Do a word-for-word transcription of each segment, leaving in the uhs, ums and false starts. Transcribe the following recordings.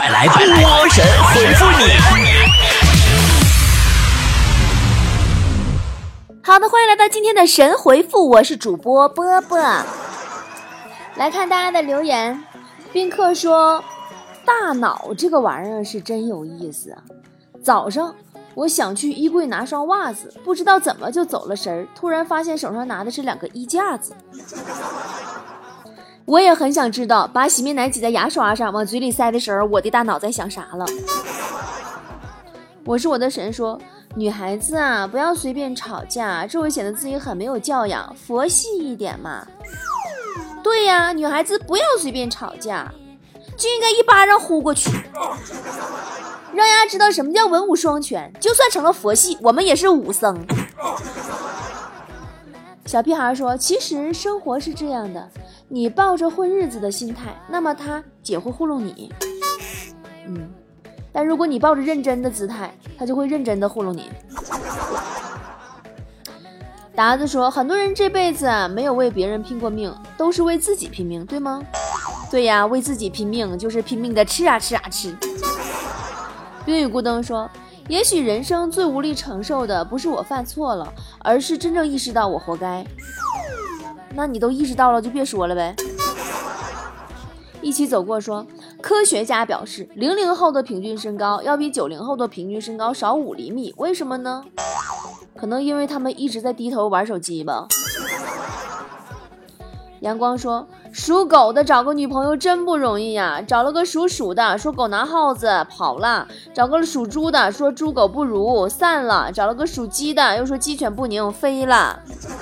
来波神回复你。 好的，欢迎来到今天的神回复，我是主播波波。来看大家的留言，宾客说大脑这个玩意儿是真有意思啊。早上我想去衣柜拿双袜子，不知道怎么就走了神儿，突然发现手上拿的是两个衣架子。我也很想知道把洗面奶挤在牙刷上往嘴里塞的时候，我的大脑在想啥了。我是我的神说，女孩子啊，不要随便吵架，这会显得自己很没有教养，佛系一点嘛。对呀，女孩子不要随便吵架，就应该一巴掌呼过去，让大家知道什么叫文武双全。就算成了佛系，我们也是武僧。小屁孩说，其实生活是这样的，你抱着混日子的心态，那么他姐会糊弄你，嗯，但如果你抱着认真的姿态，他就会认真的糊弄你。达子说，很多人这辈子啊没有为别人拼过命，都是为自己拼命，对吗？对呀，为自己拼命就是拼命的吃啊吃啊吃。冰雨孤灯说，也许人生最无力承受的不是我犯错了，而是真正意识到我活该。那你都意识到了就别说了呗。一起走过说，科学家表示零零后的平均身高要比九零后的平均身高少五厘米，为什么呢？可能因为他们一直在低头玩手机吧。阳光说，属狗的找个女朋友真不容易呀，找了个属鼠的说狗拿耗子跑了，找个属猪的说猪狗不如散了，找了个属鸡的又说鸡犬不宁飞了。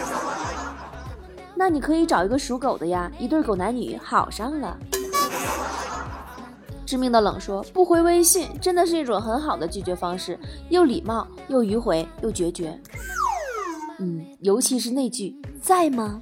那你可以找一个属狗的呀，一对狗男女好上了。致命的冷说，不回微信真的是一种很好的拒绝方式，又礼貌又迂回又决绝。嗯，尤其是那句在吗？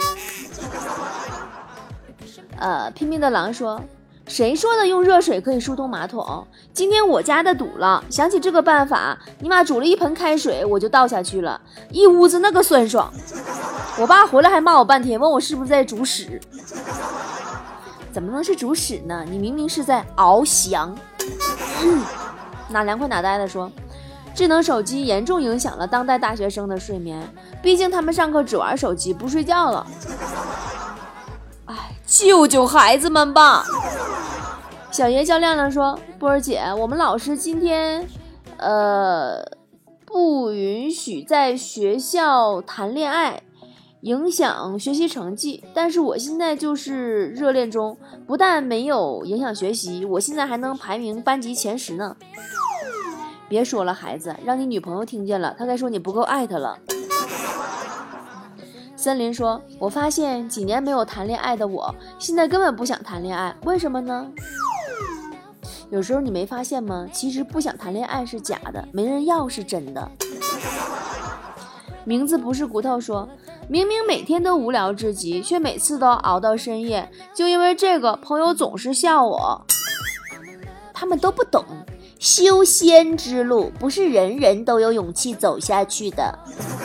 呃，拼命的狼说，谁说的用热水可以疏通马桶？今天我家的堵了，想起这个办法，你妈煮了一盆开水，我就倒下去了，一屋子那个酸爽。我爸回来还骂我半天，问我是不是在煮屎。怎么能是煮屎呢？你明明是在翱翔。嗯，哪凉快哪呆的说，智能手机严重影响了当代大学生的睡眠，毕竟他们上课只玩手机不睡觉了。哎，救救孩子们吧。小爷叫亮亮说，波儿姐，我们老师今天呃不允许在学校谈恋爱，影响学习成绩，但是我现在就是热恋中，不但没有影响学习，我现在还能排名班级前十呢。别说了孩子，让你女朋友听见了，她该说你不够爱她了。森林说，我发现几年没有谈恋爱的我现在根本不想谈恋爱，为什么呢？有时候你没发现吗？其实不想谈恋爱是假的，没人要是真的。名字不是骨头说，明明每天都无聊至极，却每次都熬到深夜，就因为这个朋友总是笑我。他们都不懂，修仙之路不是人人都有勇气走下去的。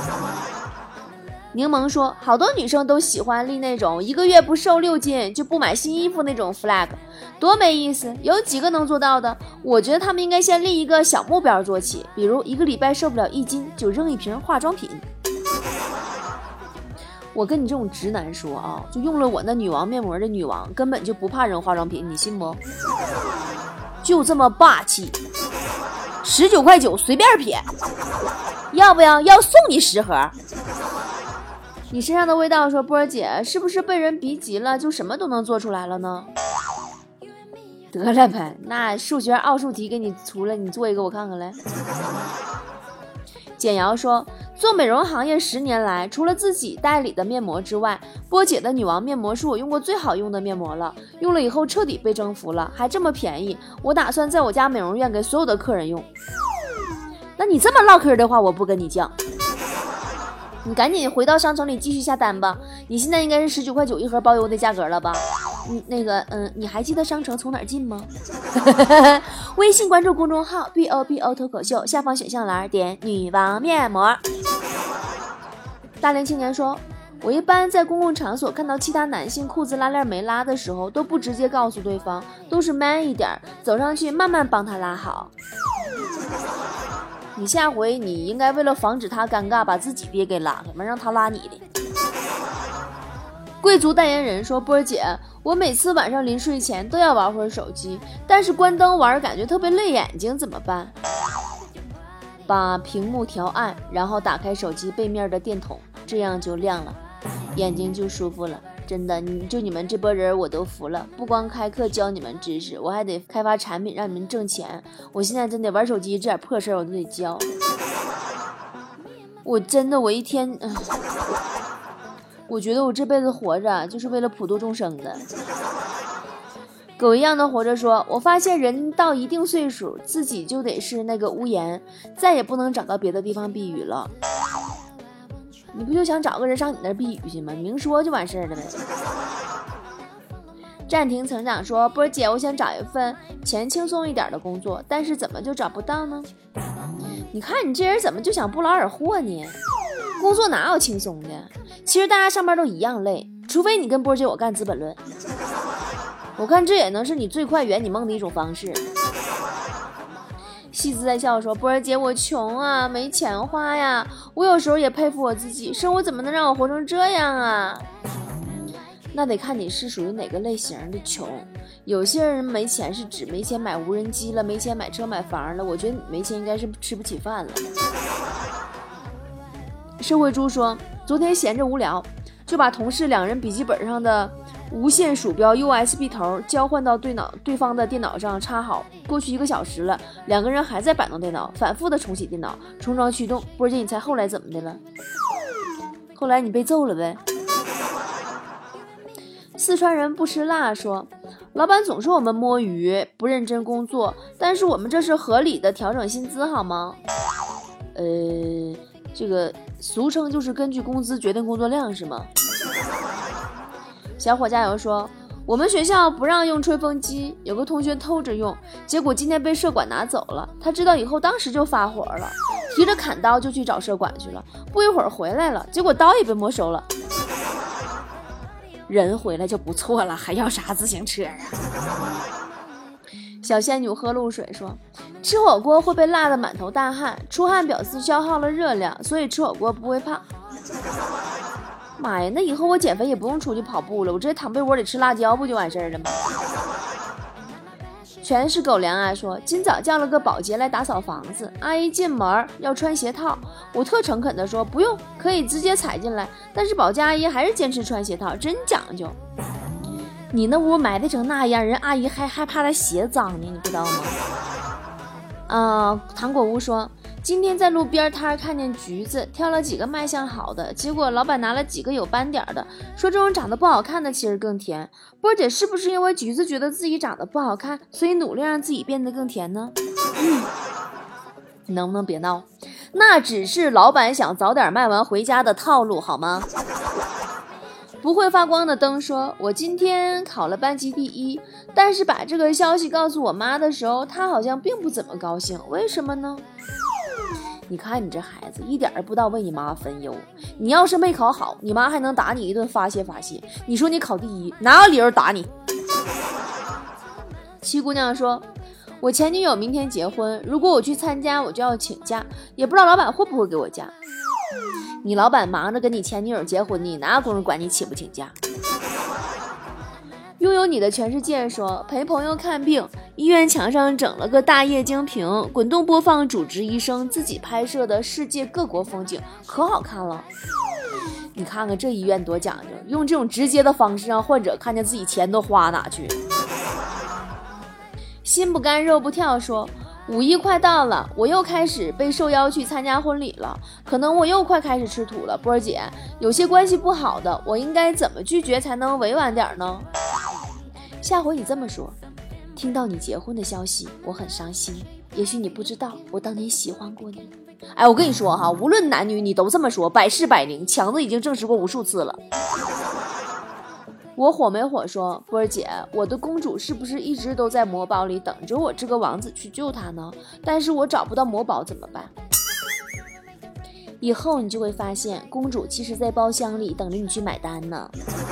柠檬说，好多女生都喜欢立那种一个月不瘦六斤就不买新衣服那种 flag， 多没意思，有几个能做到的？我觉得他们应该先立一个小目标做起，比如一个礼拜瘦不了一斤就扔一瓶化妆品。我跟你这种直男说啊，就用了我那女王面膜的女王根本就不怕扔化妆品，你信不？就这么霸气，十九块九随便撇，要不要？要送你十盒。你身上的味道说，波儿姐是不是被人逼急了就什么都能做出来了呢？得了呗，那数学奥数题给你出来，你做一个我看看来。简瑶说，做美容行业十年来，除了自己代理的面膜之外，波姐的女王面膜是我用过最好用的面膜了，用了以后彻底被征服了，还这么便宜，我打算在我家美容院给所有的客人用。那你这么唠嗑的话，我不跟你犟，你赶紧回到商城里继续下单吧，你现在应该是十九块九一盒包邮的价格了吧？你那个嗯，你还记得商城从哪儿进吗？微信关注公众号 B O B O 脱口秀，下方选项栏点女王面膜。大龄青年说， 我一般在公共场所看到其他男性裤子拉链没拉的时候，都不直接告诉对方，都是 man 一点，走上去慢慢帮他拉好。你下回你应该为了防止他尴尬，把自己爹给拉开嘛，让他拉你的。贵族代言人说，波儿姐，我每次晚上临睡前都要玩会儿手机，但是关灯玩感觉特别累眼睛，怎么办？把屏幕调暗，然后打开手机背面的电筒，这样就亮了，眼睛就舒服了。真的，你就你们这波人我都服了，不光开课教你们知识，我还得开发产品让你们挣钱。我现在真得玩手机这点破事我都得教。我真的我一天、呃、我觉得我这辈子活着就是为了普度众生的。狗一样的活着说，我发现人到一定岁数自己就得是那个屋檐，再也不能找到别的地方避雨了。你不就想找个人上你那儿避雨去吗？明说就完事儿了呗。暂停成长说，波儿姐，我想找一份钱轻松一点的工作，但是怎么就找不到呢？你看你这人怎么就想不劳而获呢？工作哪有轻松的？其实大家上班都一样累，除非你跟波儿姐我干资本论，我看这也能是你最快圆你梦的一种方式。戏子在笑说，波儿姐，我穷啊，没钱花呀，我有时候也佩服我自己，生活怎么能让我活成这样啊？那得看你是属于哪个类型的穷。有些人没钱是指没钱买无人机了，没钱买车买房了，我觉得你没钱应该是吃不起饭了。社会猪说，昨天闲着无聊，就把同事两人笔记本上的无线鼠标 U S B 头交换到对脑对方的电脑上插好，过去一个小时了，两个人还在摆弄电脑，反复的重启电脑，重装驱动。波姐，你猜后来怎么的了？后来你被揍了呗。四川人不吃辣说，老板总说我们摸鱼不认真工作，但是我们这是合理的调整薪资好吗？呃，这个俗称就是根据工资决定工作量是吗？小伙加油说，我们学校不让用吹风机，有个同学偷着用，结果今天被社管拿走了，他知道以后当时就发火了，提着砍刀就去找社管去了，不一会儿回来了，结果刀也被没收了。人回来就不错了，还要啥自行车啊？小仙女喝露水说，吃火锅会被辣得满头大汗，出汗表示消耗了热量，所以吃火锅不会胖。妈呀，那以后我减肥也不用出去跑步了，我直接躺被窝里吃辣椒不就完事儿了吗？全是狗粮啊说，今早叫了个保洁来打扫房子，阿姨进门要穿鞋套，我特诚恳的说不用，可以直接踩进来，但是保洁阿姨还是坚持穿鞋套，真讲究。你那屋埋汰成那样，人阿姨还害怕他鞋脏呢，你知道吗？呃，糖果屋说，今天在路边摊看见橘子，挑了几个卖相好的，结果老板拿了几个有斑点的，说这种长得不好看的其实更甜。波姐，是不是因为橘子觉得自己长得不好看，所以努力让自己变得更甜呢？嗯、你能不能别闹？那只是老板想早点卖完回家的套路好吗？不会发光的灯说，我今天考了班级第一，但是把这个消息告诉我妈的时候，她好像并不怎么高兴，为什么呢？你看你这孩子一点儿不知道为你妈分忧，你要是没考好，你妈还能打你一顿发泄发泄，你说你考第一，哪有理由打你？七姑娘说，我前女友明天结婚，如果我去参加我就要请假，也不知道老板会不会给我假。你老板忙着跟你前女友结婚，你哪有功夫管你请不请假？拥有你的全世界说，陪朋友看病，医院墙上整了个大液晶屏，滚动播放主治医生自己拍摄的世界各国风景，可好看了。你看看这医院多讲究，用这种直接的方式让患者看见自己钱都花哪去。心不甘肉不跳说，五一快到了，我又开始被受邀去参加婚礼了，可能我又快开始吃土了。波儿姐，有些关系不好的，我应该怎么拒绝才能委婉点呢？下回你这么说，听到你结婚的消息，我很伤心。也许你不知道，我当年喜欢过你。哎，我跟你说哈，无论男女，你都这么说，百试百灵，强子已经证实过无数次了。我火没火说，波儿姐，我的公主是不是一直都在魔堡里等着我这个王子去救她呢？但是我找不到魔堡怎么办？ 以后你就会发现，公主其实在包厢里等着你去买单呢。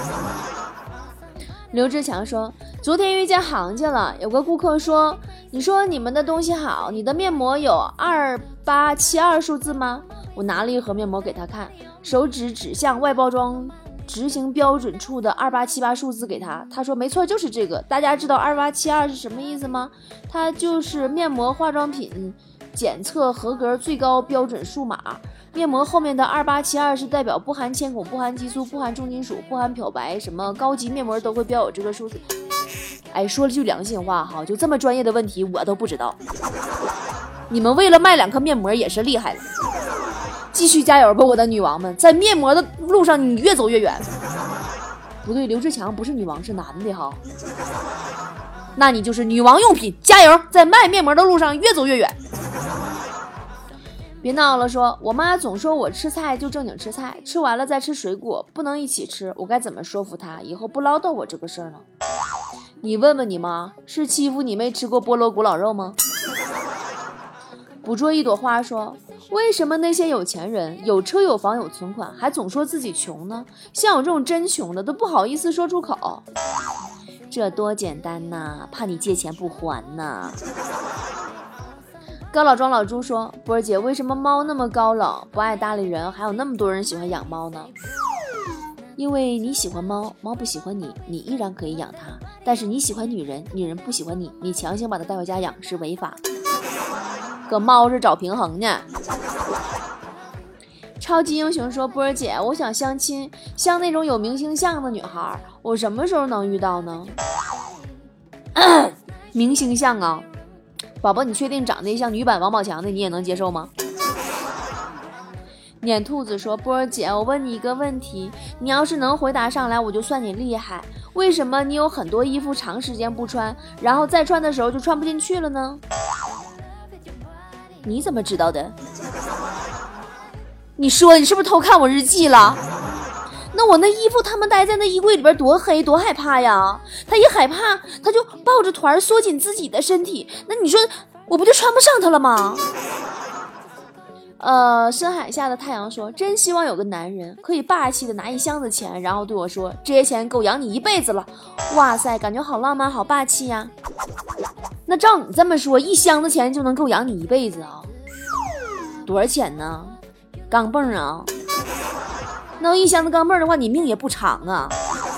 刘志强说，昨天遇见行家了，有个顾客说，你说你们的东西好，你的面膜有二八七二数字吗？我拿了一盒面膜给他看，手指指向外包装执行标准处的二八七八数字给他，他说没错，就是这个。大家知道二八七二是什么意思吗？它就是面膜化妆品检测合格最高标准数码。面膜后面的二八七二是代表不含铅汞、不含激素、不含重金属、不含漂白，什么高级面膜都会标有这个数字。哎，说了句良心话哈，就这么专业的问题我都不知道。你们为了卖两颗面膜也是厉害了，继续加油吧，我的女王们，在面膜的路上你越走越远。不对，刘志强不是女王，是男的哈。那你就是女王用品，加油，在卖面膜的路上越走越远。别闹了，说我妈总说我吃菜就正经吃菜，吃完了再吃水果，不能一起吃，我该怎么说服她以后不唠叨我这个事儿呢？你问问你妈，是欺负你没吃过菠萝古老肉吗？捕捉一朵花说，为什么那些有钱人有车有房有存款还总说自己穷呢？像我这种真穷的都不好意思说出口。这多简单呐，怕你借钱不还呐。高老庄老猪说，波儿姐，为什么猫那么高冷不爱搭理人，还有那么多人喜欢养猫呢？因为你喜欢猫，猫不喜欢你，你依然可以养它。但是你喜欢女人，女人不喜欢你，你强行把它带回家养是违法。搁猫是找平衡呢。超级英雄说，波儿姐，我想相亲，像那种有明星相的女孩，我什么时候能遇到呢？明星相啊，宝宝，你确定长得像女版王宝强的你也能接受吗？撵兔子说，波儿姐，我问你一个问题，你要是能回答上来我就算你厉害，为什么你有很多衣服长时间不穿，然后再穿的时候就穿不进去了呢？你怎么知道的？你说你是不是偷看我日记了？那我那衣服他们待在那衣柜里边多黑多害怕呀，他一害怕他就抱着团缩紧自己的身体，那你说我不就穿不上他了吗？呃，深海下的太阳说，真希望有个男人可以霸气的拿一箱子钱，然后对我说，这些钱够养你一辈子了。哇塞，感觉好浪漫好霸气呀。那照你这么说，一箱子钱就能够养你一辈子啊？多少钱呢？钢镚啊？那一箱子钢镚的话，你命也不长啊。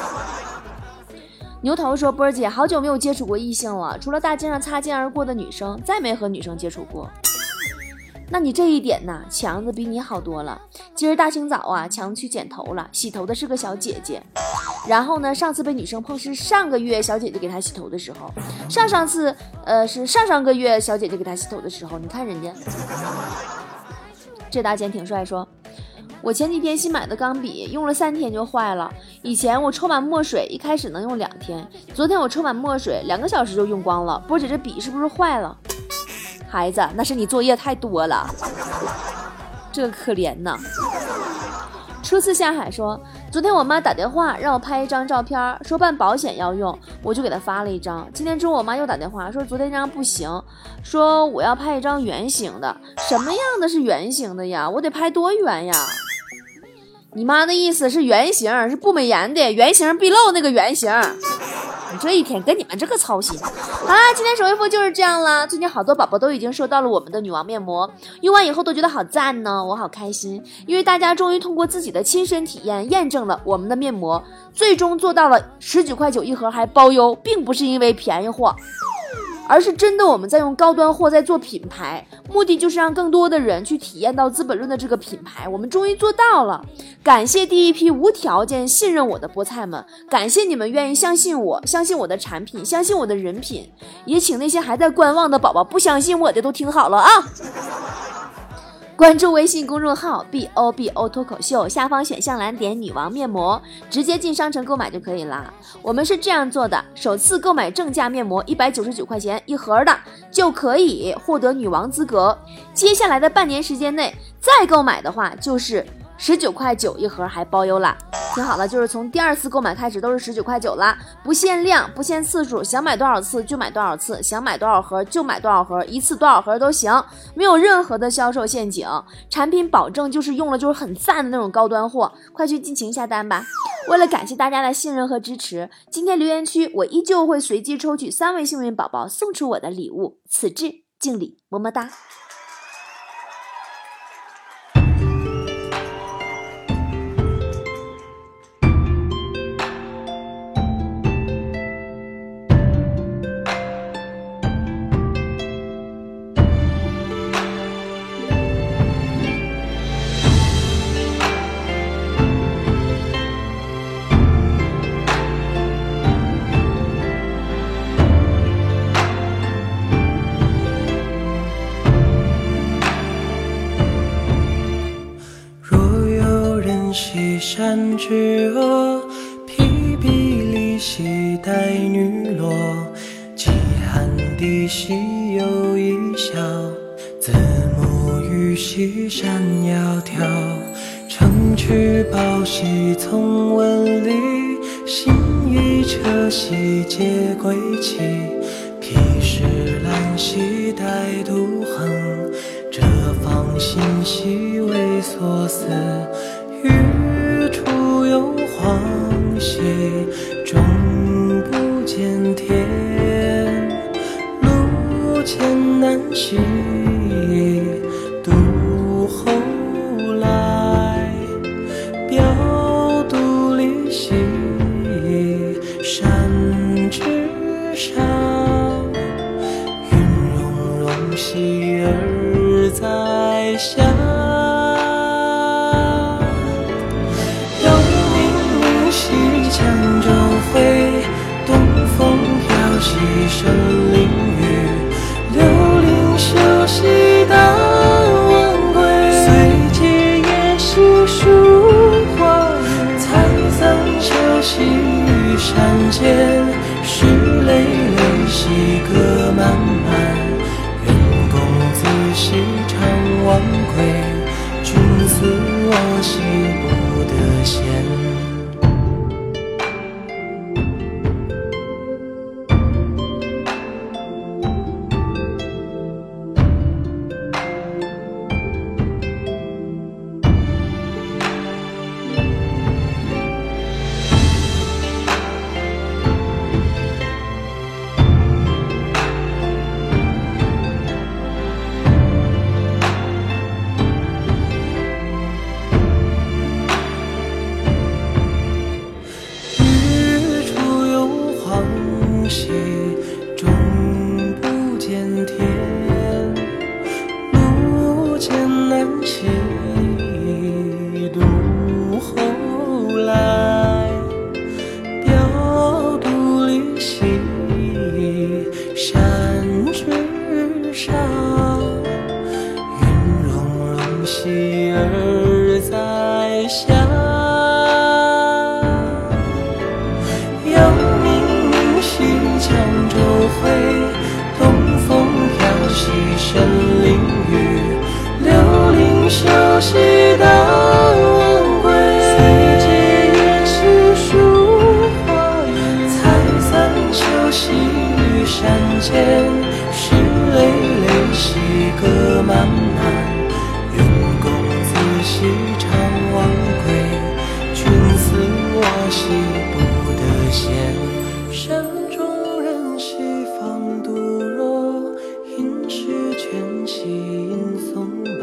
牛头说，波儿姐，好久没有接触过异性了，除了大街上擦肩而过的女生，再没和女生接触过。那你这一点呢，强子比你好多了。今儿大清早啊，强子去剪头了，洗头的是个小姐姐。然后呢，上次被女生碰是上个月小姐姐给她洗头的时候，上上次呃是上上个月小姐姐给她洗头的时候，你看人家。这大姐挺帅说，我前几天新买的钢笔用了三天就坏了，以前我抽满墨水一开始能用两天，昨天我抽满墨水两个小时就用光了，波姐这笔是不是坏了？孩子，那是你作业太多了，这个可怜呐。初次下海说，昨天我妈打电话让我拍一张照片，说办保险要用，我就给她发了一张。今天中午我妈又打电话说昨天这张不行，说我要拍一张圆形的。什么样的是圆形的呀？我得拍多圆呀？你妈的意思是圆形，是不美颜的圆形毕露那个圆形。你这一天跟你们这个操心。好啦，今天手绘服就是这样啦。最近好多宝宝都已经收到了我们的女王面膜，用完以后都觉得好赞呢，我好开心，因为大家终于通过自己的亲身体验验证了我们的面膜最终做到了十九块九一盒还包邮，并不是因为便宜货，而是真的我们在用高端货在做品牌，目的就是让更多的人去体验到资本论的这个品牌，我们终于做到了。感谢第一批无条件信任我的菠菜们，感谢你们愿意相信我，相信我的产品，相信我的人品，也请那些还在观望的宝宝不相信我的都听好了啊。关注微信公众号 B O B O 脱口秀，下方选项栏点女王面膜，直接进商城购买就可以啦。我们是这样做的，首次购买正价面膜一百九十九块钱一盒的，就可以获得女王资格。接下来的半年时间内再购买的话，就是十九块九一盒还包邮啦。听好了，就是从第二次购买开始都是十九块九啦，不限量不限次数，想买多少次就买多少次，想买多少盒就买多少盒，一次多少盒都行，没有任何的销售陷阱，产品保证就是用了就是很赞的那种高端货，快去尽情下单吧。为了感谢大家的信任和支持，今天留言区我依旧会随机抽取三位幸运宝宝送出我的礼物，此致敬礼，么么哒。 西山之峨，披薜离兮带女萝。极寒地兮有一笑，子母于兮山窈窕。乘曲抱兮从文理，行于车兮皆归期。披石兰兮带杜衡，折芳心兮为所思。欲出幽篁兮，终不见天。路艰难兮，独后来。表独立兮，山之上。云溶溶兮而在下。江州会，东风飘兮生灵雨。流林修兮当晚归，随节夜兮抒花语。采桑秋兮于山间，石累累兮歌漫漫。愿公子兮常忘归，君思我兮不得闲。终不见天，路艰难兮，独后来。表独立兮，山之上。云溶溶兮而在下。江州会，东风飘兮生灵雨。流林修兮当晚归，随节夜兮抒花语。采桑秋兮于山间，石累累兮歌漫漫。愿公子兮常忘归，君思我兮不得闲。山中人兮放杜若，应是泉兮映松柏。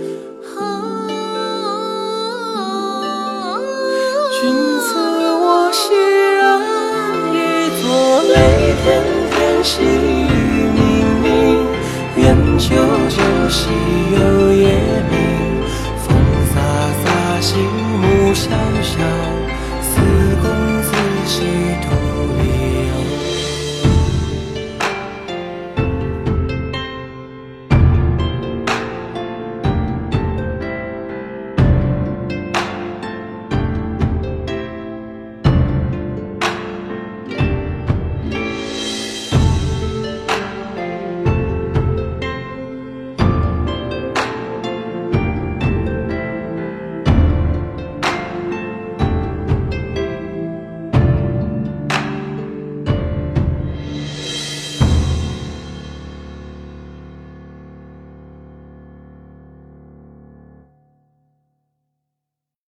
君赐我兮然一作泪天天兮雨冥冥。愿久久兮